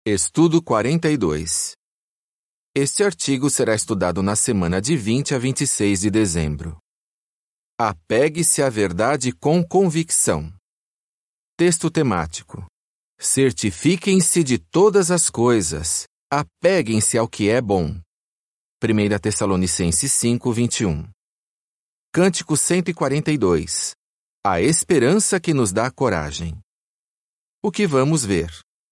Estudo 42. Este artigo será estudado na semana de 20 a 26 de dezembro. Apegue-se à verdade com convicção. Texto temático. Certifiquem-se de todas as coisas. Apeguem-se ao que é bom. 1 Tessalonicenses 5, 21. Cântico 142. A esperança que nos dá coragem. O que vamos ver?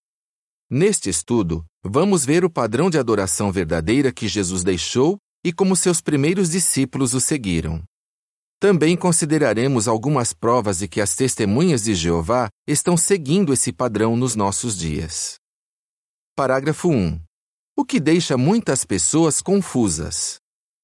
Neste estudo, vamos ver o padrão de adoração verdadeira que Jesus deixou e como seus primeiros discípulos o seguiram. Também consideraremos algumas provas de que as testemunhas de Jeová estão seguindo esse padrão nos nossos dias. Parágrafo 1. O que deixa muitas pessoas confusas.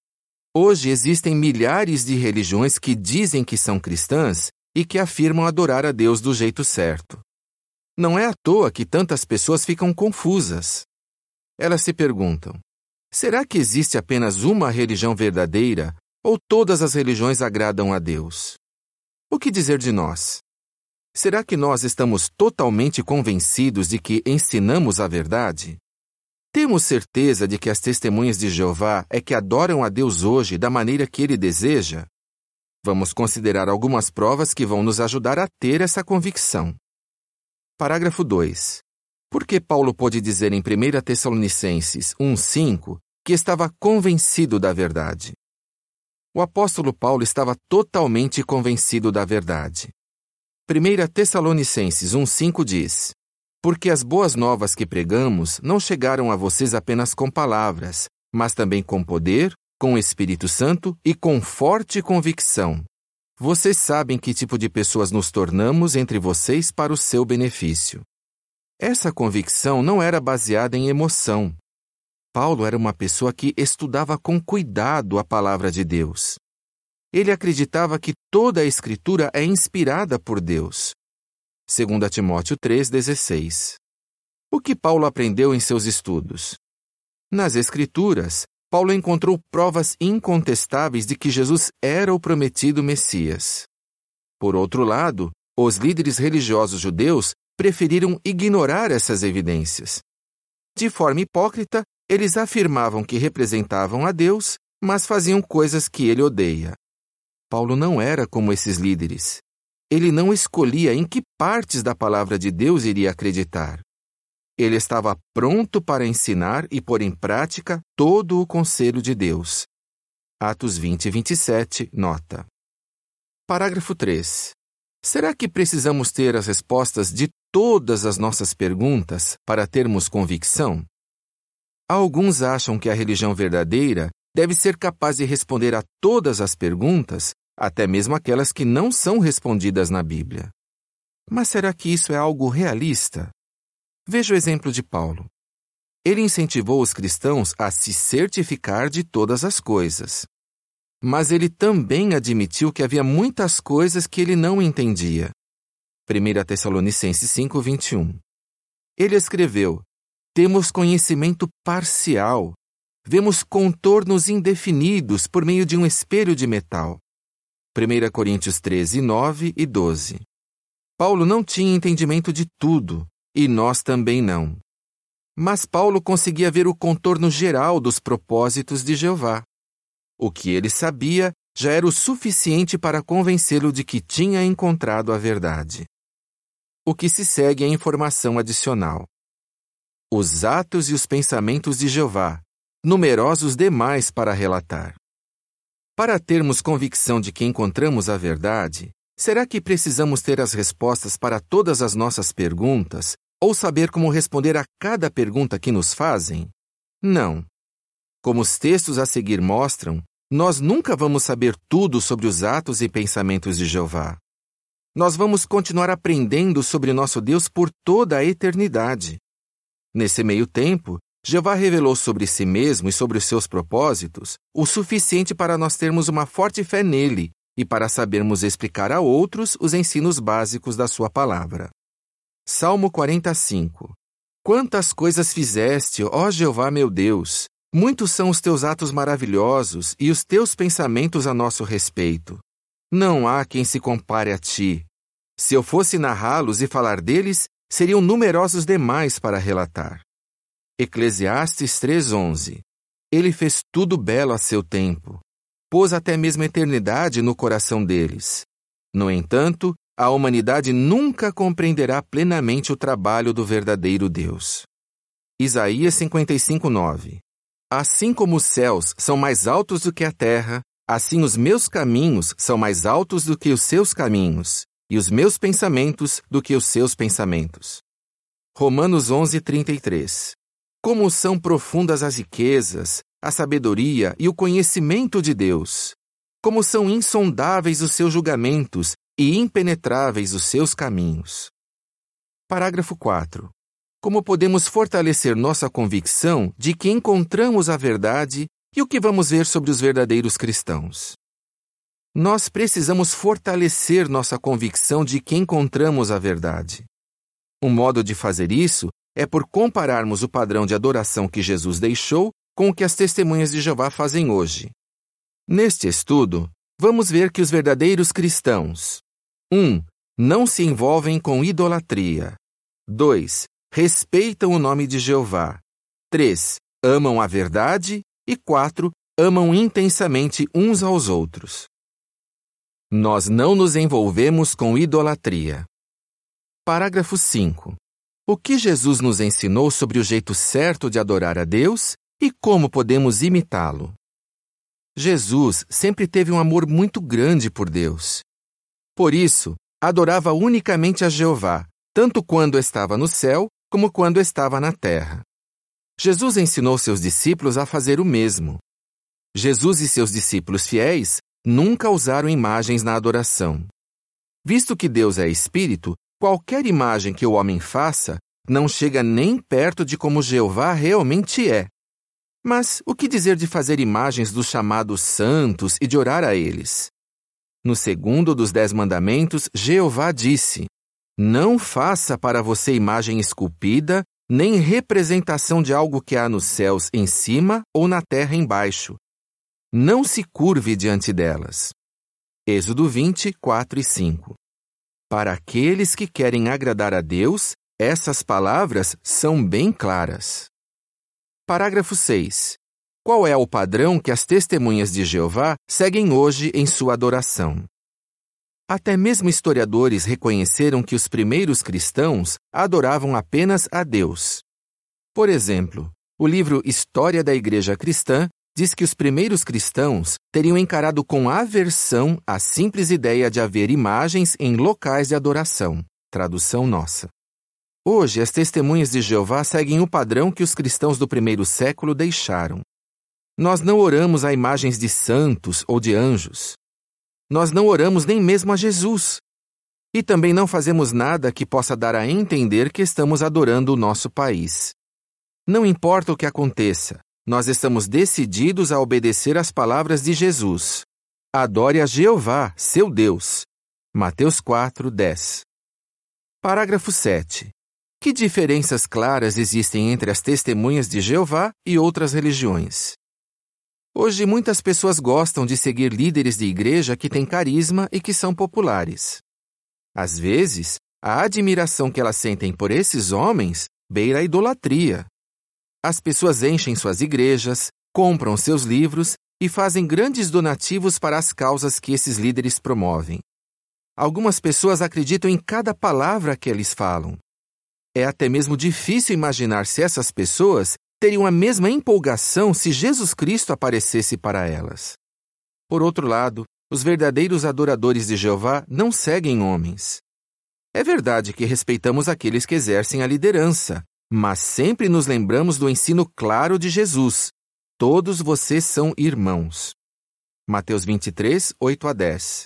Hoje existem milhares de religiões que dizem que são cristãs e que afirmam adorar a Deus do jeito certo. Não é à toa que tantas pessoas ficam confusas. Elas se perguntam: será que existe apenas uma religião verdadeira ou todas as religiões agradam a Deus? O que dizer de nós? Será que nós estamos totalmente convencidos de que ensinamos a verdade? Temos certeza de que as testemunhas de Jeová é que adoram a Deus hoje da maneira que Ele deseja? Vamos considerar algumas provas que vão nos ajudar a ter essa convicção. Parágrafo 2. Por que Paulo pôde dizer em 1 Tessalonicenses 1,5 que estava convencido da verdade? O apóstolo Paulo estava totalmente convencido da verdade. 1 Tessalonicenses 1,5 diz: porque as boas novas que pregamos não chegaram a vocês apenas com palavras, mas também com poder, com o Espírito Santo e com forte convicção. Vocês sabem que tipo de pessoas nos tornamos entre vocês para o seu benefício. Essa convicção não era baseada em emoção. Paulo era uma pessoa que estudava com cuidado a palavra de Deus. Ele acreditava que toda a Escritura é inspirada por Deus. 2 Timóteo 3,16. O que Paulo aprendeu em seus estudos? Nas Escrituras, Paulo encontrou provas incontestáveis de que Jesus era o prometido Messias. Por outro lado, os líderes religiosos judeus preferiram ignorar essas evidências. De forma hipócrita, eles afirmavam que representavam a Deus, mas faziam coisas que ele odeia. Paulo não era como esses líderes. Ele não escolhia em que partes da palavra de Deus iria acreditar. Ele estava pronto para ensinar e pôr em prática todo o conselho de Deus. Atos 20 e 27, nota. Parágrafo 3. Será que precisamos ter as respostas de todas as nossas perguntas para termos convicção? Alguns acham que a religião verdadeira deve ser capaz de responder a todas as perguntas, até mesmo aquelas que não são respondidas na Bíblia. Mas será que isso é algo realista? Veja o exemplo de Paulo. Ele incentivou os cristãos a se certificar de todas as coisas. Mas ele também admitiu que havia muitas coisas que ele não entendia. 1 Tessalonicenses 5, 21. Ele escreveu: temos conhecimento parcial. Vemos contornos indefinidos por meio de um espelho de metal. 1 Coríntios 13, 9 e 12. Paulo não tinha entendimento de tudo. E nós também não. Mas Paulo conseguia ver o contorno geral dos propósitos de Jeová. O que ele sabia já era o suficiente para convencê-lo de que tinha encontrado a verdade. O que se segue é informação adicional. Os atos e os pensamentos de Jeová, numerosos demais para relatar. Para termos convicção de que encontramos a verdade, será que precisamos ter as respostas para todas as nossas perguntas ou saber como responder a cada pergunta que nos fazem? Não. Como os textos a seguir mostram, nós nunca vamos saber tudo sobre os atos e pensamentos de Jeová. Nós vamos continuar aprendendo sobre nosso Deus por toda a eternidade. Nesse meio tempo, Jeová revelou sobre si mesmo e sobre os seus propósitos o suficiente para nós termos uma forte fé nele e para sabermos explicar a outros os ensinos básicos da sua palavra. Salmo 45. Quantas coisas fizeste, ó Jeová meu Deus! Muitos são os teus atos maravilhosos e os teus pensamentos a nosso respeito. Não há quem se compare a ti. Se eu fosse narrá-los e falar deles, seriam numerosos demais para relatar. Eclesiastes 3:11. Ele fez tudo belo a seu tempo. Pôs até mesmo a eternidade no coração deles. No entanto, a humanidade nunca compreenderá plenamente o trabalho do verdadeiro Deus. Isaías 55:9. Assim como os céus são mais altos do que a terra, assim os meus caminhos são mais altos do que os seus caminhos, e os meus pensamentos do que os seus pensamentos. Romanos 11:33. Como são profundas as riquezas, a sabedoria e o conhecimento de Deus! Como são insondáveis os seus julgamentos e impenetráveis os seus caminhos! Parágrafo 4. Como podemos fortalecer nossa convicção de que encontramos a verdade e o que vamos ver sobre os verdadeiros cristãos? Nós precisamos fortalecer nossa convicção de que encontramos a verdade. Um modo de fazer isso é por compararmos o padrão de adoração que Jesus deixou com o que as testemunhas de Jeová fazem hoje. Neste estudo, vamos ver que os verdadeiros cristãos: 1. Não se envolvem com idolatria. 2. Respeitam o nome de Jeová. 3. Amam a verdade. E 4. Amam intensamente uns aos outros. Nós não nos envolvemos com idolatria. Parágrafo 5. O que Jesus nos ensinou sobre o jeito certo de adorar a Deus e como podemos imitá-lo? Jesus sempre teve um amor muito grande por Deus. Por isso, adorava unicamente a Jeová, tanto quando estava no céu como quando estava na terra. Jesus ensinou seus discípulos a fazer o mesmo. Jesus e seus discípulos fiéis nunca usaram imagens na adoração. Visto que Deus é espírito, qualquer imagem que o homem faça não chega nem perto de como Jeová realmente é. Mas o que dizer de fazer imagens dos chamados santos e de orar a eles? No segundo dos 10 mandamentos, Jeová disse: Não faça para você imagem esculpida, nem representação de algo que há nos céus em cima ou na terra embaixo. Não se curve diante delas. Êxodo 20, 4 e 5. Para aqueles que querem agradar a Deus, essas palavras são bem claras. Parágrafo 6. Qual é o padrão que as testemunhas de Jeová seguem hoje em sua adoração? Até mesmo historiadores reconheceram que os primeiros cristãos adoravam apenas a Deus. Por exemplo, o livro História da Igreja Cristã diz que os primeiros cristãos teriam encarado com aversão a simples ideia de haver imagens em locais de adoração. Tradução nossa. Hoje, as testemunhas de Jeová seguem o padrão que os cristãos do primeiro século deixaram. Nós não oramos a imagens de santos ou de anjos. Nós não oramos nem mesmo a Jesus. E também não fazemos nada que possa dar a entender que estamos adorando o nosso país. Não importa o que aconteça, nós estamos decididos a obedecer às palavras de Jesus. Adore a Jeová, seu Deus. Mateus 4, 10. Parágrafo 7. Que diferenças claras existem entre as testemunhas de Jeová e outras religiões? Hoje, muitas pessoas gostam de seguir líderes de igreja que têm carisma e que são populares. Às vezes, a admiração que elas sentem por esses homens beira a idolatria. As pessoas enchem suas igrejas, compram seus livros e fazem grandes donativos para as causas que esses líderes promovem. Algumas pessoas acreditam em cada palavra que eles falam. É até mesmo difícil imaginar se essas pessoas teriam a mesma empolgação se Jesus Cristo aparecesse para elas. Por outro lado, os verdadeiros adoradores de Jeová não seguem homens. É verdade que respeitamos aqueles que exercem a liderança, mas sempre nos lembramos do ensino claro de Jesus. Todos vocês são irmãos. Mateus 23, 8 a 10.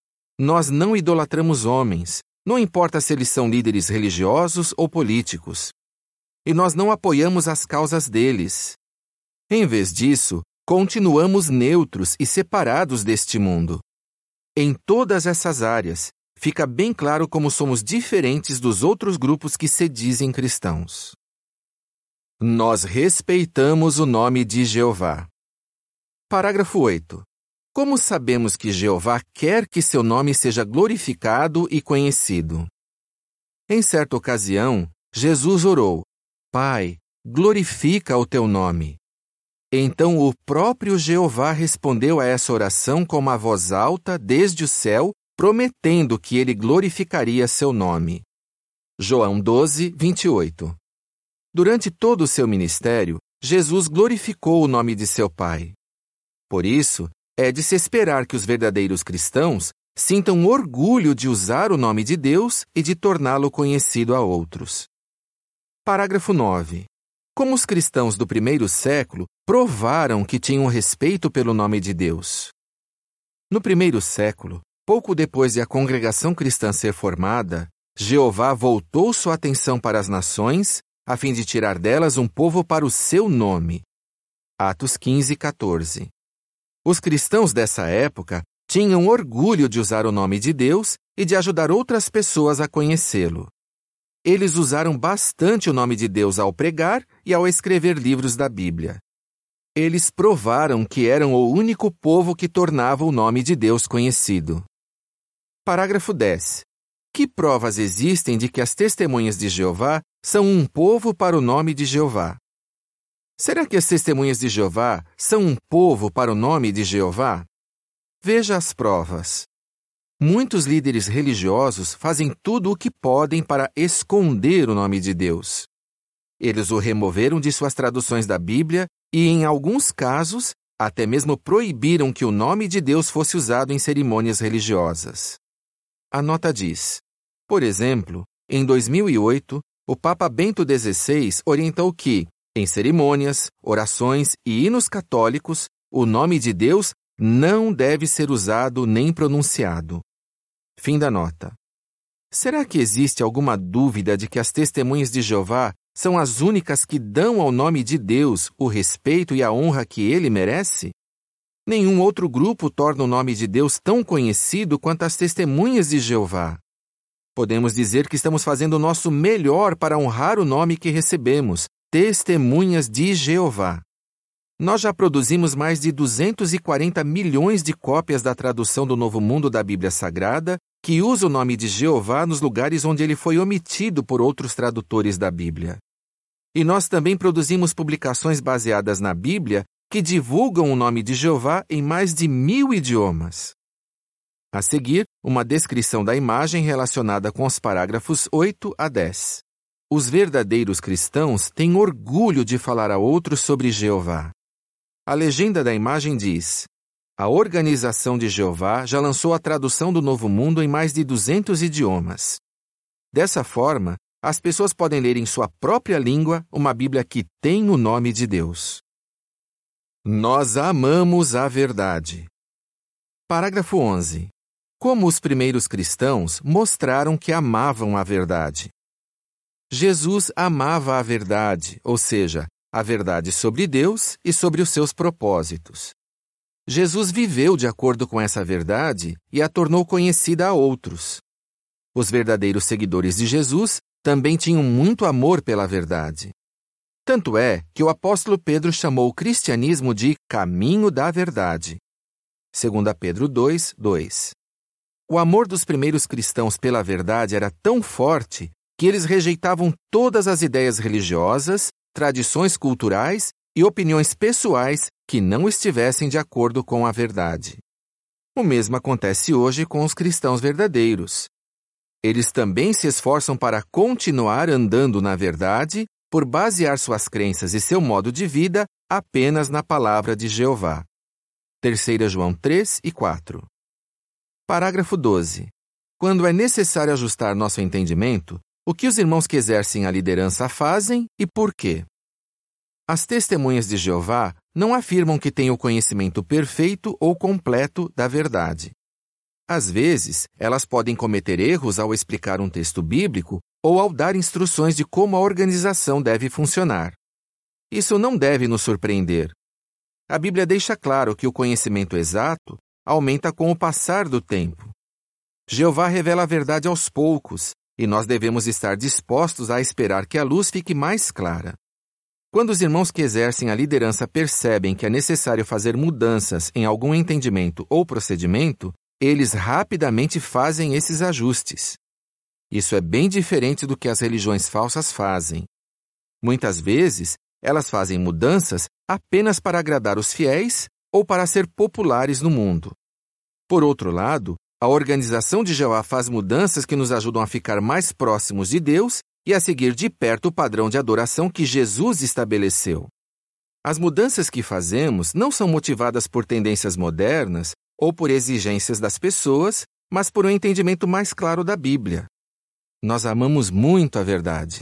Nós não idolatramos homens, não importa se eles são líderes religiosos ou políticos. E nós não apoiamos as causas deles. Em vez disso, continuamos neutros e separados deste mundo. Em todas essas áreas, fica bem claro como somos diferentes dos outros grupos que se dizem cristãos. Nós respeitamos o nome de Jeová. Parágrafo 8. Como sabemos que Jeová quer que seu nome seja glorificado e conhecido? Em certa ocasião, Jesus orou: Pai, glorifica o teu nome. Então o próprio Jeová respondeu a essa oração com uma voz alta desde o céu, prometendo que ele glorificaria seu nome. João 12, 28. Durante todo o seu ministério, Jesus glorificou o nome de seu Pai. Por isso, é de se esperar que os verdadeiros cristãos sintam orgulho de usar o nome de Deus e de torná-lo conhecido a outros. Parágrafo 9. Como os cristãos do primeiro século provaram que tinham respeito pelo nome de Deus? No primeiro século, pouco depois de a congregação cristã ser formada, Jeová voltou sua atenção para as nações, a fim de tirar delas um povo para o seu nome. Atos 15, 14. Os cristãos dessa época tinham orgulho de usar o nome de Deus e de ajudar outras pessoas a conhecê-lo. Eles usaram bastante o nome de Deus ao pregar e ao escrever livros da Bíblia. Eles provaram que eram o único povo que tornava o nome de Deus conhecido. Parágrafo 10. Que provas existem de que as testemunhas de Jeová são um povo para o nome de Jeová? Será que as testemunhas de Jeová são um povo para o nome de Jeová? Veja as provas. Muitos líderes religiosos fazem tudo o que podem para esconder o nome de Deus. Eles o removeram de suas traduções da Bíblia e, em alguns casos, até mesmo proibiram que o nome de Deus fosse usado em cerimônias religiosas. A nota diz: por exemplo, em 2008, o Papa Bento XVI orientou que, em cerimônias, orações e hinos católicos, o nome de Deus não deve ser usado nem pronunciado. Fim da nota. Será que existe alguma dúvida de que as testemunhas de Jeová são as únicas que dão ao nome de Deus o respeito e a honra que ele merece? Nenhum outro grupo torna o nome de Deus tão conhecido quanto as testemunhas de Jeová. Podemos dizer que estamos fazendo o nosso melhor para honrar o nome que recebemos, Testemunhas de Jeová. Nós já produzimos mais de 240 milhões de cópias da tradução do Novo Mundo da Bíblia Sagrada, que usa o nome de Jeová nos lugares onde ele foi omitido por outros tradutores da Bíblia. E nós também produzimos publicações baseadas na Bíblia que divulgam o nome de Jeová em mais de 1000 idiomas. A seguir, uma descrição da imagem relacionada com os parágrafos 8 a 10. Os verdadeiros cristãos têm orgulho de falar a outros sobre Jeová. A legenda da imagem diz: a Organização de Jeová já lançou a tradução do Novo Mundo em mais de 200 idiomas. Dessa forma, as pessoas podem ler em sua própria língua uma Bíblia que tem o nome de Deus. Nós amamos a verdade. Parágrafo 11. Como os primeiros cristãos mostraram que amavam a verdade? Jesus amava a verdade, ou seja, a verdade sobre Deus e sobre os seus propósitos. Jesus viveu de acordo com essa verdade e a tornou conhecida a outros. Os verdadeiros seguidores de Jesus também tinham muito amor pela verdade. Tanto é que o apóstolo Pedro chamou o cristianismo de caminho da verdade. 2 Pedro 2, 2. O amor dos primeiros cristãos pela verdade era tão forte que eles rejeitavam todas as ideias religiosas, tradições culturais e opiniões pessoais que não estivessem de acordo com a verdade. O mesmo acontece hoje com os cristãos verdadeiros. Eles também se esforçam para continuar andando na verdade por basear suas crenças e seu modo de vida apenas na palavra de Jeová. 3 João 3 e 4. Parágrafo 12. Quando é necessário ajustar nosso entendimento, o que os irmãos que exercem a liderança fazem e por quê? As testemunhas de Jeová não afirmam que têm o conhecimento perfeito ou completo da verdade. Às vezes, elas podem cometer erros ao explicar um texto bíblico ou ao dar instruções de como a organização deve funcionar. Isso não deve nos surpreender. A Bíblia deixa claro que o conhecimento exato aumenta com o passar do tempo. Jeová revela a verdade aos poucos, e nós devemos estar dispostos a esperar que a luz fique mais clara. Quando os irmãos que exercem a liderança percebem que é necessário fazer mudanças em algum entendimento ou procedimento, eles rapidamente fazem esses ajustes. Isso é bem diferente do que as religiões falsas fazem. Muitas vezes, elas fazem mudanças apenas para agradar os fiéis ou para ser populares no mundo. Por outro lado, a organização de Jeová faz mudanças que nos ajudam a ficar mais próximos de Deus e a seguir de perto o padrão de adoração que Jesus estabeleceu. As mudanças que fazemos não são motivadas por tendências modernas ou por exigências das pessoas, mas por um entendimento mais claro da Bíblia. Nós amamos muito a verdade.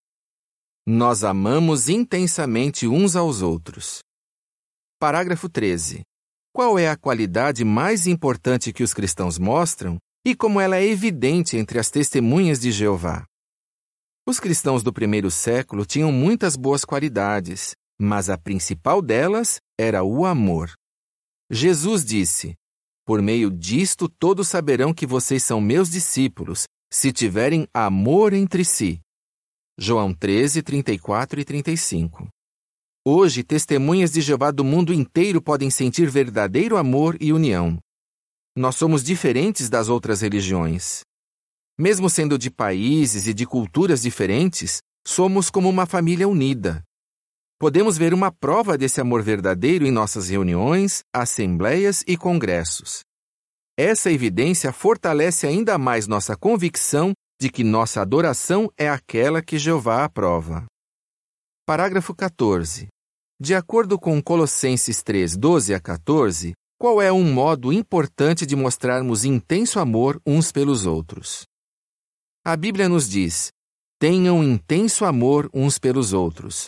Nós amamos intensamente uns aos outros. Parágrafo 13. Qual é a qualidade mais importante que os cristãos mostram e como ela é evidente entre as testemunhas de Jeová? Os cristãos do primeiro século tinham muitas boas qualidades, mas a principal delas era o amor. Jesus disse: "Por meio disto todos saberão que vocês são meus discípulos, se tiverem amor entre si." João 13, 34 e 35. Hoje, testemunhas de Jeová do mundo inteiro podem sentir verdadeiro amor e união. Nós somos diferentes das outras religiões. Mesmo sendo de países e de culturas diferentes, somos como uma família unida. Podemos ver uma prova desse amor verdadeiro em nossas reuniões, assembleias e congressos. Essa evidência fortalece ainda mais nossa convicção de que nossa adoração é aquela que Jeová aprova. Parágrafo 14. De acordo com Colossenses 3, 12 a 14, qual é um modo importante de mostrarmos intenso amor uns pelos outros? A Bíblia nos diz: "Tenham intenso amor uns pelos outros."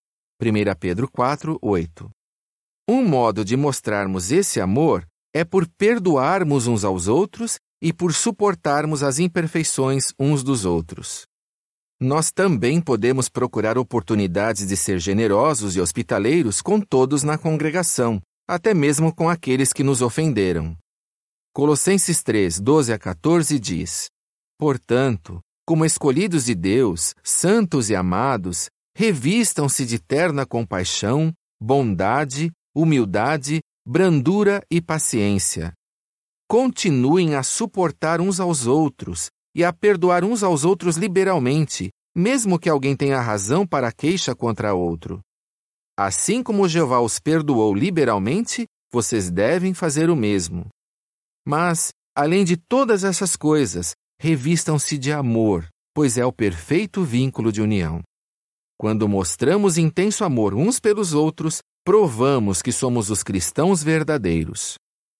1 Pedro 4, 8. Um modo de mostrarmos esse amor é por perdoarmos uns aos outros e por suportarmos as imperfeições uns dos outros. Nós também podemos procurar oportunidades de ser generosos e hospitaleiros com todos na congregação, até mesmo com aqueles que nos ofenderam. Colossenses 3, 12 a 14 diz: "Portanto, como escolhidos de Deus, santos e amados, revistam-se de terna compaixão, bondade, humildade, brandura e paciência. Continuem a suportar uns aos outros e a perdoar uns aos outros liberalmente, mesmo que alguém tenha razão para queixa contra outro. Assim como Jeová os perdoou liberalmente, vocês devem fazer o mesmo. Mas, além de todas essas coisas, revistam-se de amor, pois é o perfeito vínculo de união. Quando mostramos intenso amor uns pelos outros, provamos que somos os cristãos verdadeiros."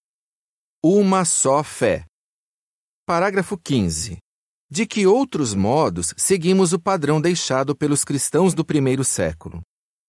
Uma só fé. Parágrafo 15. De que outros modos seguimos o padrão deixado pelos cristãos do primeiro século?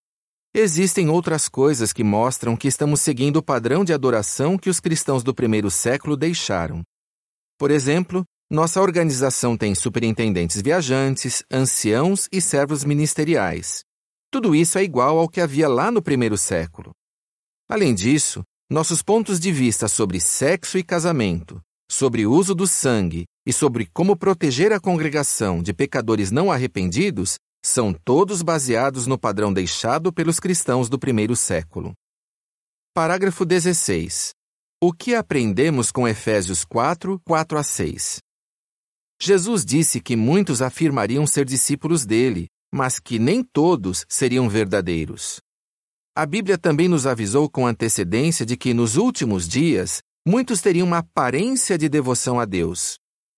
Existem outras coisas que mostram que estamos seguindo o padrão de adoração que os cristãos do primeiro século deixaram. Por exemplo, nossa organização tem superintendentes viajantes, anciãos e servos ministeriais. Tudo isso é igual ao que havia lá no primeiro século. Além disso, nossos pontos de vista sobre sexo e casamento, sobre o uso do sangue e sobre como proteger a congregação de pecadores não arrependidos são todos baseados no padrão deixado pelos cristãos do primeiro século. Parágrafo 16. O que aprendemos com Efésios 4, 4 a 6? Jesus disse que muitos afirmariam ser discípulos dele, mas que nem todos seriam verdadeiros. A Bíblia também nos avisou com antecedência de que nos últimos dias, muitos teriam uma aparência de devoção a Deus.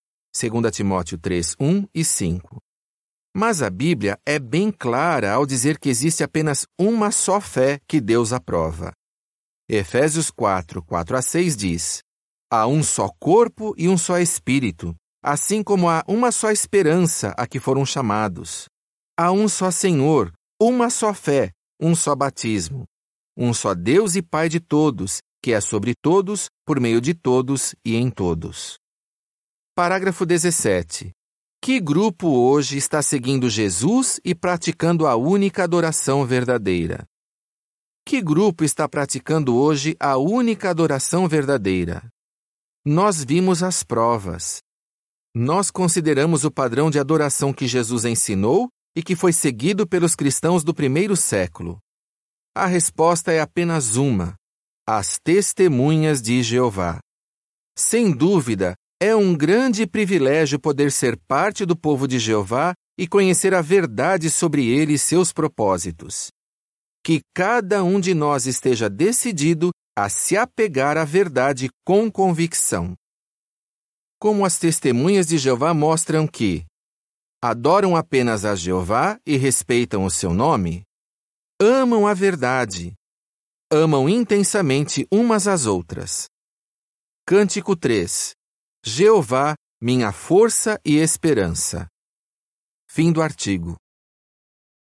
2 Timóteo 3, 1 e 5. Mas a Bíblia é bem clara ao dizer que existe apenas uma só fé que Deus aprova. Efésios 4, 4 a 6 diz: "Há um só corpo e um só espírito, assim como há uma só esperança a que foram chamados. Há um só Senhor, uma só fé, um só batismo. Um só Deus e Pai de todos, que é sobre todos, por meio de todos e em todos." Parágrafo 17. Que grupo hoje está seguindo Jesus e praticando a única adoração verdadeira? Que grupo está praticando hoje a única adoração verdadeira? Nós vimos as provas. Nós consideramos o padrão de adoração que Jesus ensinou e que foi seguido pelos cristãos do primeiro século. A resposta é apenas uma: as testemunhas de Jeová. Sem dúvida, é um grande privilégio poder ser parte do povo de Jeová e conhecer a verdade sobre ele e seus propósitos. Que cada um de nós esteja decidido a se apegar à verdade com convicção. Como as testemunhas de Jeová mostram que adoram apenas a Jeová e respeitam o seu nome, amam a verdade, amam intensamente umas às outras. Cântico 3. Jeová, minha força e esperança. Fim do artigo.